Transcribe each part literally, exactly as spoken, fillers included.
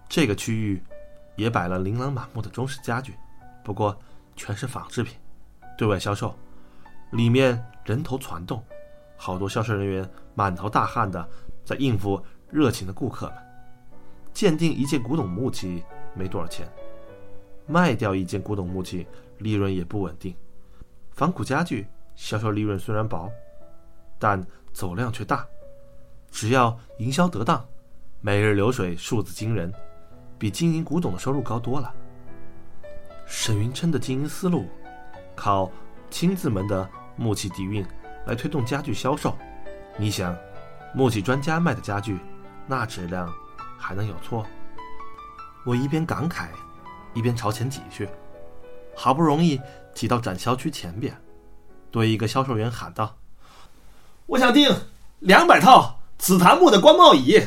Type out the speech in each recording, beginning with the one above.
这个区域也摆了琳琅满目的中式家具，不过全是仿制品，对外销售。里面人头攒动，好多销售人员满头大汗的在应付热情的顾客们。鉴定一件古董木器没多少钱，卖掉一件古董木器利润也不稳定。仿古家具销售利润虽然薄，但走量却大，只要营销得当，每日流水数字惊人，比经营古董的收入高多了。沈云琛的经营思路靠亲自门的木器底蕴来推动家具销售，你想木器专家卖的家具，那质量还能有错？我一边感慨一边朝前挤去，好不容易挤到展销区前边，对一个销售员喊道：我想订两百套紫檀木的官帽椅。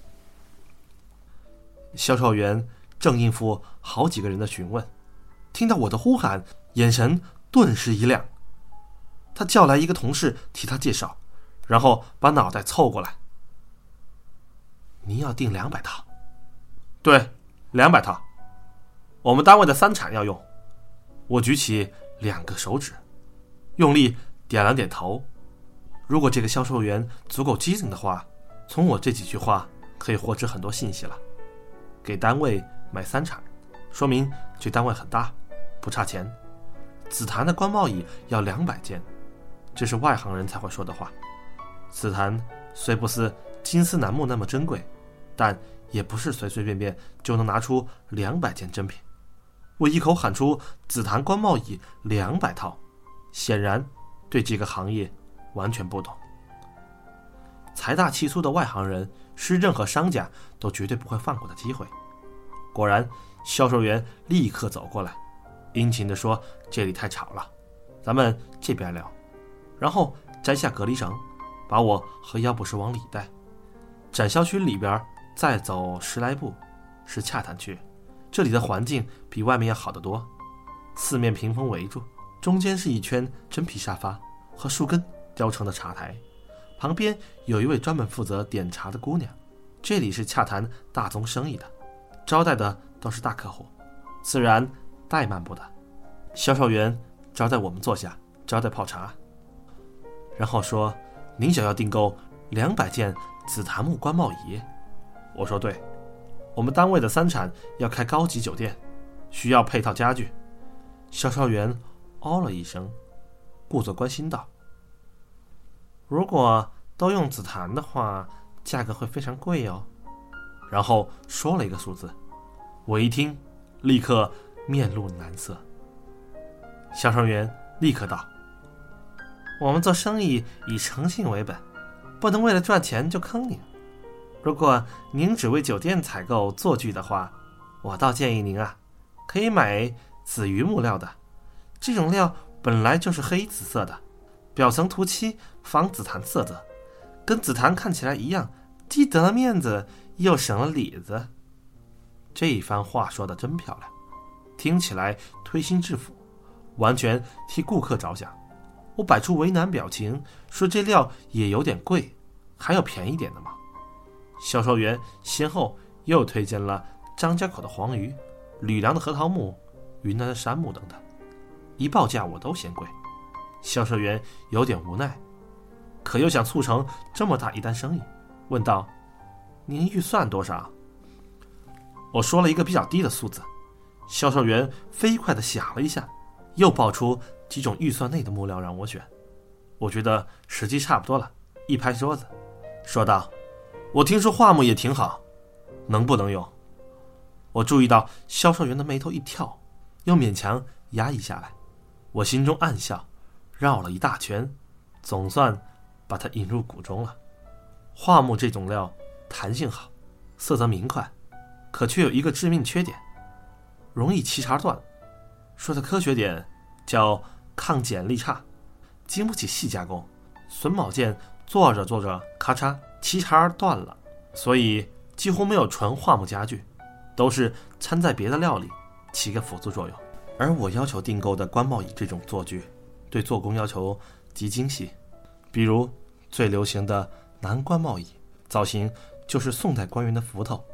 销售员正应付好几个人的询问，听到我的呼喊，眼神顿时一亮。他叫来一个同事替他介绍，然后把脑袋凑过来：您要订两百套？对，两百套，我们单位的三产要用。我举起两个手指，用力点了点头。如果这个销售员足够机灵的话，从我这几句话可以获知很多信息了。给单位买三产，说明这单位很大，不差钱。紫檀的官帽椅要两百件，这是外行人才会说的话。紫檀虽不似金丝楠木那么珍贵，但也不是随随便便就能拿出两百件珍品。我一口喊出紫檀官帽椅两百套，显然对这个行业完全不懂。财大气粗的外行人是任何商家都绝对不会放过的机会。果然，销售员立刻走过来，殷勤地说：这里太吵了，咱们这边聊。然后摘下隔离绳，把我和药不师往里带。展销区里边再走十来步是洽谈区，这里的环境比外面要好得多，四面屏风围住，中间是一圈真皮沙发和树根雕成的茶台，旁边有一位专门负责点茶的姑娘。这里是洽谈大宗生意的，招待的都是大客户，自然怠慢不得。销售员招待我们坐下，招待泡茶，然后说：您想要订购两百件紫檀木官帽椅？我说对，我们单位的三产要开高级酒店，需要配套家具。销售员哦了一声，故作关心道：如果都用紫檀的话，价格会非常贵哦。然后说了一个数字，我一听立刻面露难色。销售员立刻道：我们做生意以诚信为本，不能为了赚钱就坑您。如果您只为酒店采购座具的话，我倒建议您啊，可以买紫榆木料的，这种料本来就是黑紫色的，表层涂漆仿紫檀色泽，跟紫檀看起来一样，既得了面子又省了里子。这一番话说得真漂亮，听起来推心置腹，完全替顾客着想。我摆出为难表情，说这料也有点贵，还有便宜点的吗？销售员先后又推荐了张家口的黄榆、吕梁的核桃木、云南的杉木等等，一报价我都嫌贵。销售员有点无奈，可又想促成这么大一单生意，问道：您预算多少？我说了一个比较低的数字，销售员飞快地想了一下，又报出几种预算内的木料让我选。我觉得时机差不多了，一拍桌子说道：我听说桦木也挺好，能不能用？我注意到销售员的眉头一跳，又勉强压抑下来。我心中暗笑，绕了一大圈，总算把它引入骨中了。桦木这种料弹性好，色泽明快，可却有一个致命缺点，容易齐茬断。说的科学点叫抗剪力差，经不起细加工。榫卯件做着做着咔嚓齐茬断了，所以几乎没有纯桦木家具，都是掺在别的料里起个辅助作用。而我要求订购的官帽椅这种座具，对做工要求极精细，比如最流行的南官帽椅，造型就是宋代官员的斧头，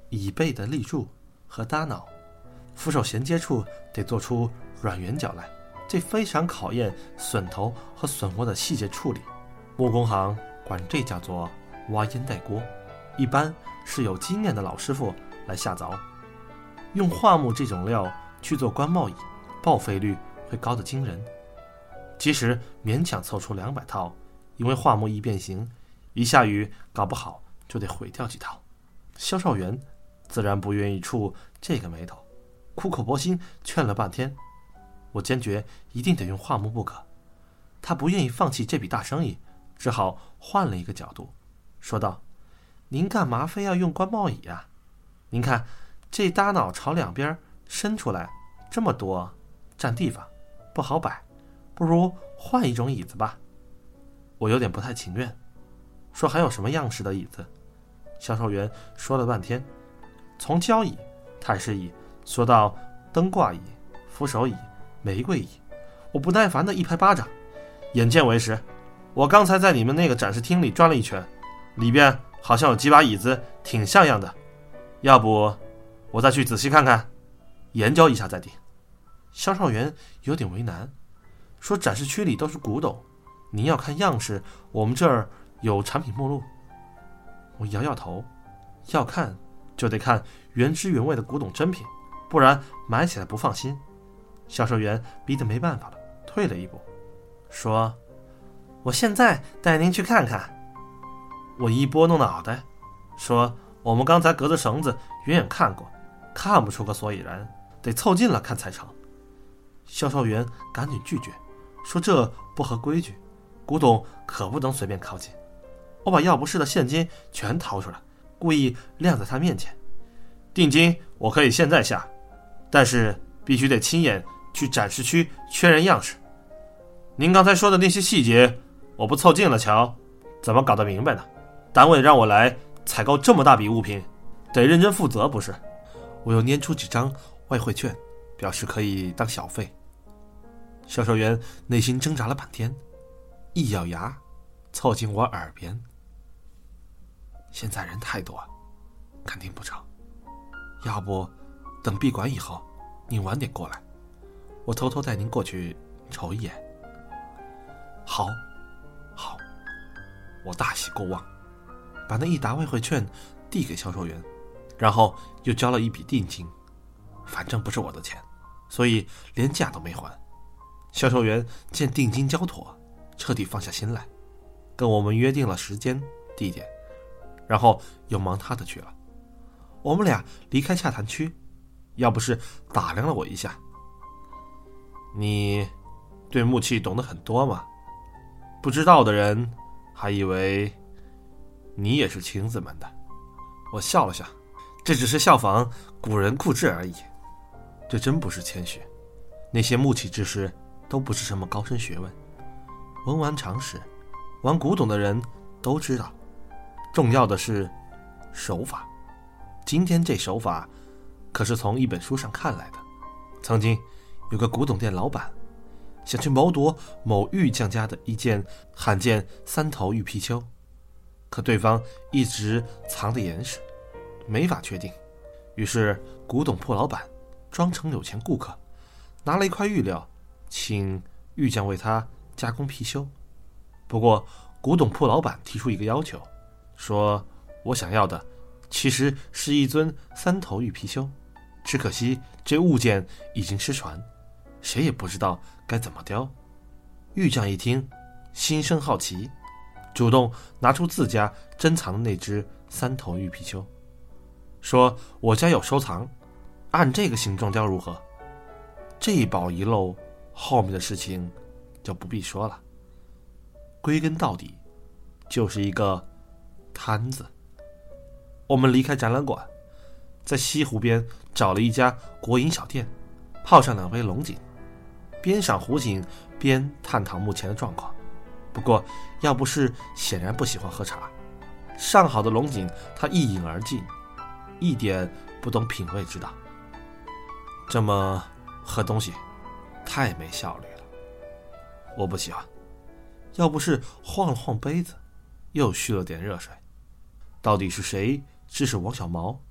椅背的立柱和搭脑，扶手衔接处得做出软圆角来，这非常考验榫头和榫窝的细节处理。木工行管这叫做挖烟袋锅，一般是有经验的老师傅来下凿。用桦木这种料去做官帽椅，报废率会高得惊人。即使勉强凑出两百套，因为桦木易变形，一下雨搞不好就得毁掉几套。销售员自然不愿意触这个霉头，苦口婆心劝了半天，我坚决一定得用桦木不可。他不愿意放弃这笔大生意，只好换了一个角度说道：您干嘛非要用官帽椅啊？您看这搭脑朝两边伸出来这么多，占地方不好摆，不如换一种椅子吧。我有点不太情愿，说还有什么样式的椅子？销售员说了半天，从交椅、太师椅说到灯挂椅、扶手椅、玫瑰椅，我不耐烦的一拍巴掌：眼见为实，我刚才在你们那个展示厅里转了一圈，里边好像有几把椅子挺像样的，要不我再去仔细看看，研究一下再定。销售员有点为难，说展示区里都是古董，您要看样式，我们这儿有产品目录。我摇摇头，要看就得看原汁原味的古董真品，不然买起来不放心。销售员逼得没办法了，退了一步，说：我现在带您去看看。我一拨弄脑袋，说：我们刚才隔着绳子远远看过，看不出个所以然，得凑近了看才成。销售员赶紧拒绝，说这不合规矩，古董可不能随便靠近。我把药不是的现金全掏出来，故意晾在他面前。定金我可以现在下，但是必须得亲眼去展示区确认样式。您刚才说的那些细节，我不凑近了瞧，怎么搞得明白呢？单位让我来采购这么大笔物品，得认真负责不是？我又拈出几张外汇券，表示可以当小费。销售员内心挣扎了半天，一咬牙凑近我耳边：现在人太多，肯定不成，要不等闭馆以后您晚点过来，我偷偷带您过去瞅一眼。好好，我大喜过望，把那一沓外汇券递给销售员，然后又交了一笔定金。反正不是我的钱，所以连价都没还。销售员见定金交妥，彻底放下心来，跟我们约定了时间地点，然后又忙他的去了。我们俩离开洽谈区，要不是打量了我一下：你对木器懂得很多吗？不知道的人还以为你也是青子们的。我笑了笑，这只是效仿古人故志而已，这真不是谦虚。那些木器知识都不是什么高深学问，文玩常识，玩古董的人都知道，重要的是手法。今天这手法可是从一本书上看来的。曾经有个古董店老板想去谋夺某玉匠家的一件罕见三头玉貔貅，可对方一直藏得严实，没法确定。于是古董铺老板装成有钱顾客，拿了一块玉料，请玉匠为他加工貔貅。不过古董铺老板提出一个要求，说我想要的其实是一尊三头玉貔貅，只可惜这物件已经失传，谁也不知道该怎么雕。玉匠一听，心生好奇，主动拿出自家珍藏的那只三头玉貔貅，说我家有收藏，按这个形状雕如何？这一宝一漏，后面的事情就不必说了。归根到底就是一个摊子。我们离开展览馆，在西湖边找了一家国营小店，泡上两杯龙井，边赏湖景边探讨目前的状况。不过要不是显然不喜欢喝茶，上好的龙井他一饮而尽，一点不懂品味之道。这么喝东西太没效率了，我不喜欢。要不是晃了晃杯子，又续了点热水，到底是谁指使王小毛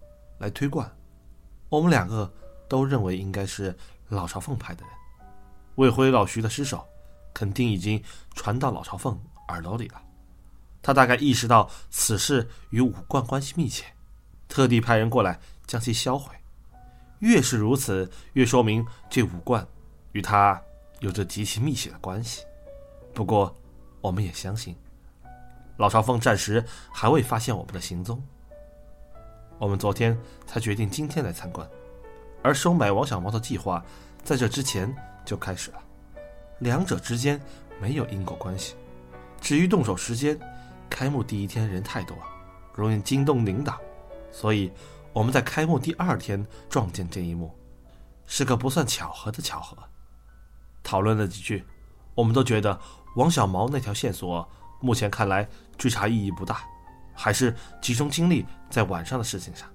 来推冠。我们两个都认为应该是老朝奉派的人。魏辉老徐的尸首肯定已经传到老朝奉耳朵里了，他大概意识到此事与武冠关系密切，特地派人过来将其销毁。越是如此，越说明这武冠与他有着极其密切的关系。不过我们也相信老朝奉暂时还未发现我们的行踪。我们昨天才决定今天来参观，而收买王小毛的计划在这之前就开始了，两者之间没有因果关系。至于动手时间，开幕第一天人太多，容易惊动领导，所以我们在开幕第二天撞见这一幕，是个不算巧合的巧合。讨论了几句，我们都觉得王小毛那条线索目前看来追查意义不大，还是集中精力在晚上的事情上。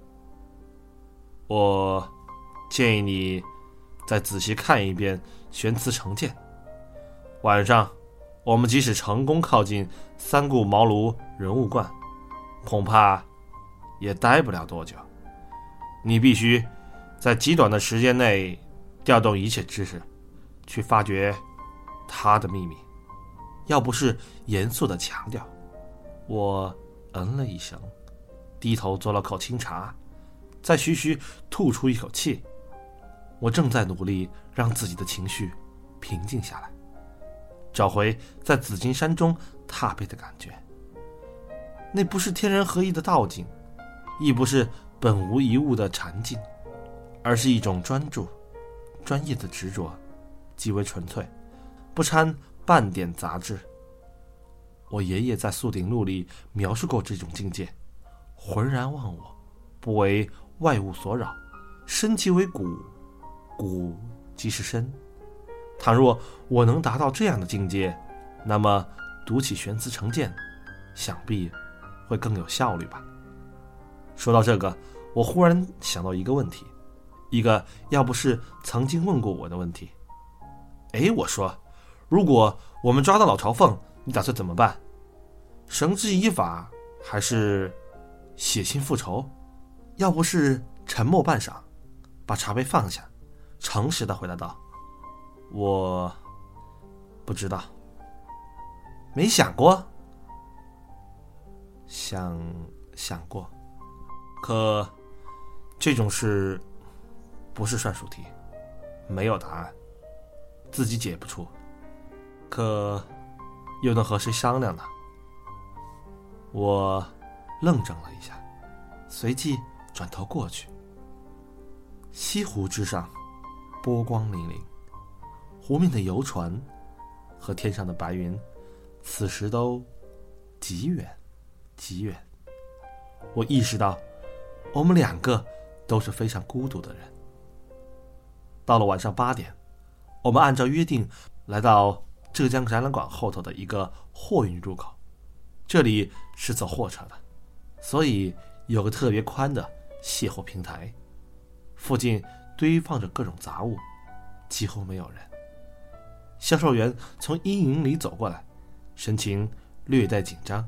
我建议你再仔细看一遍玄慈城建。晚上我们即使成功靠近三顾茅庐人物观，恐怕也待不了多久。你必须在极短的时间内调动一切知识，去发掘他的秘密。要不是严肃地强调，我嗯了一声，低头嘬了口清茶，再徐徐吐出一口气。我正在努力让自己的情绪平静下来，找回在紫金山中踏背的感觉。那不是天人合一的道境，亦不是本无一物的禅境，而是一种专注、专业的执着，极为纯粹，不掺半点杂质。我爷爷在《宿鼎录》里描述过这种境界：浑然忘我，不为外物所扰，身即为骨，骨即是身。倘若我能达到这样的境界，那么读起玄慈城建，想必会更有效率吧。说到这个，我忽然想到一个问题，一个要不是曾经问过我的问题。哎，我说，如果我们抓到老朝奉，你打算怎么办？绳之以法，还是血亲复仇？要不是沉默半晌，把茶杯放下，诚实的回答道：我不知道。没想过？想想过，可这种事不是算术题，没有答案，自己解不出，可又能和谁商量呢？我愣怔了一下，随即转头过去。西湖之上，波光粼粼，湖面的游船和天上的白云，此时都极远极远。我意识到，我们两个都是非常孤独的人。到了晚上八点，我们按照约定来到浙江展览馆后头的一个货运入口，这里是走货车的，所以有个特别宽的卸货平台，附近堆放着各种杂物，几乎没有人。销售员从阴影里走过来，神情略带紧张。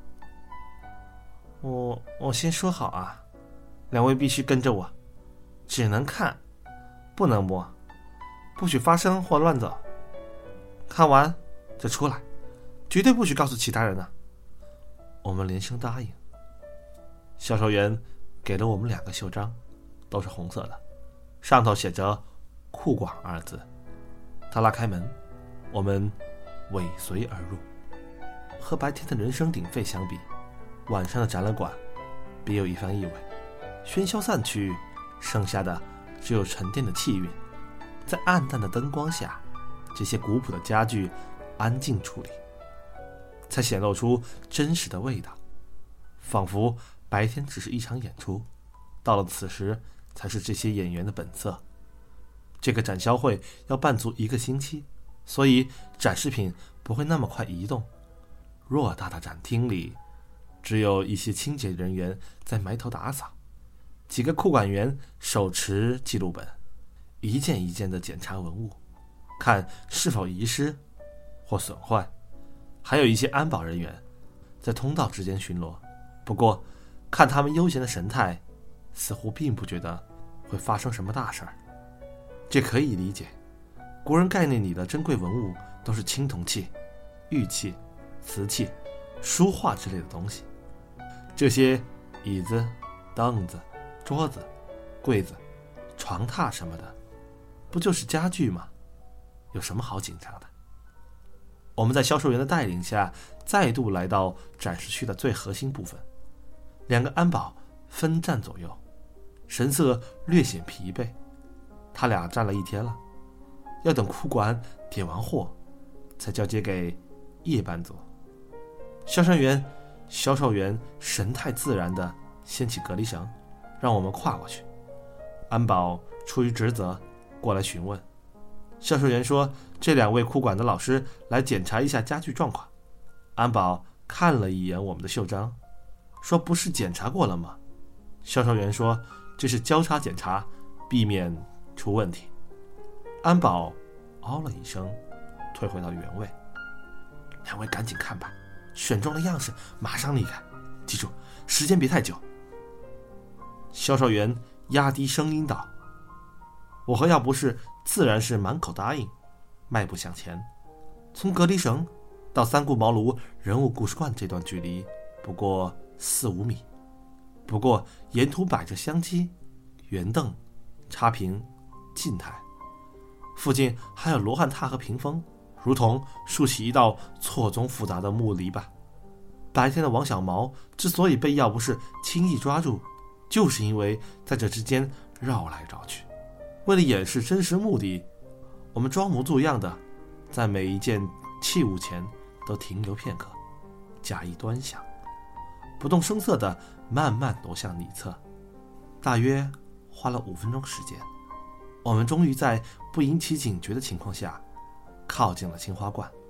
我我先说好啊，两位必须跟着我，只能看，不能摸，不许发声或乱走。看完就出来，绝对不许告诉其他人啊。我们连声答应。销售员给了我们两个袖章，都是红色的，上头写着库广二字。他拉开门，我们尾随而入。和白天的人声鼎沸相比，晚上的展览馆别有一番意味。喧嚣散去，剩下的只有沉淀的气韵。在暗淡的灯光下，这些古朴的家具安静处理，才显露出真实的味道，仿佛白天只是一场演出，到了此时才是这些演员的本色。这个展销会要办足一个星期，所以展示品不会那么快移动。偌大的展厅里，只有一些清洁人员在埋头打扫，几个库管员手持记录本，一件一件地检查文物，看是否遗失或损坏，还有一些安保人员在通道之间巡逻。不过看他们悠闲的神态， 似乎并不觉得会发生什么大事儿。这可以理解，国人概念里的珍贵文物都是青铜器、玉器、瓷器、书画之类的东西。这些椅子、凳子、桌子、柜子、床榻什么的，不就是家具吗？有什么好紧张的？我们在销售员的带领下，再度来到展示区的最核心部分。两个安保分站左右，神色略显疲惫。他俩站了一天了，要等库管点完货，才交接给夜班组。销售员销售员神态自然地掀起隔离绳，让我们跨过去。安保出于职责过来询问。销售员说，这两位库管的老师来检查一下家具状况。安保看了一眼我们的袖章，说不是检查过了吗？销售员说，这是交叉检查，避免出问题。安保哦了一声，退回到原位。两位赶紧看吧，选中了样式马上离开，记住时间别太久。销售员压低声音道。我和药不是自然是满口答应，迈步向前。从隔离绳到三顾茅庐人物故事馆这段距离不过四五米，不过沿途摆着香机、圆凳、插屏、镜台，附近还有罗汉榻和屏风，如同竖起一道错综复杂的木篱笆。白天的王小毛之所以被药不是轻易抓住，就是因为在这之间绕来绕去。为了掩饰真实目的，我们装模作样的在每一件器物前都停留片刻，假意端详，不动声色地慢慢挪向里侧。大约花了五分钟时间，我们终于在不引起警觉的情况下靠近了青花观。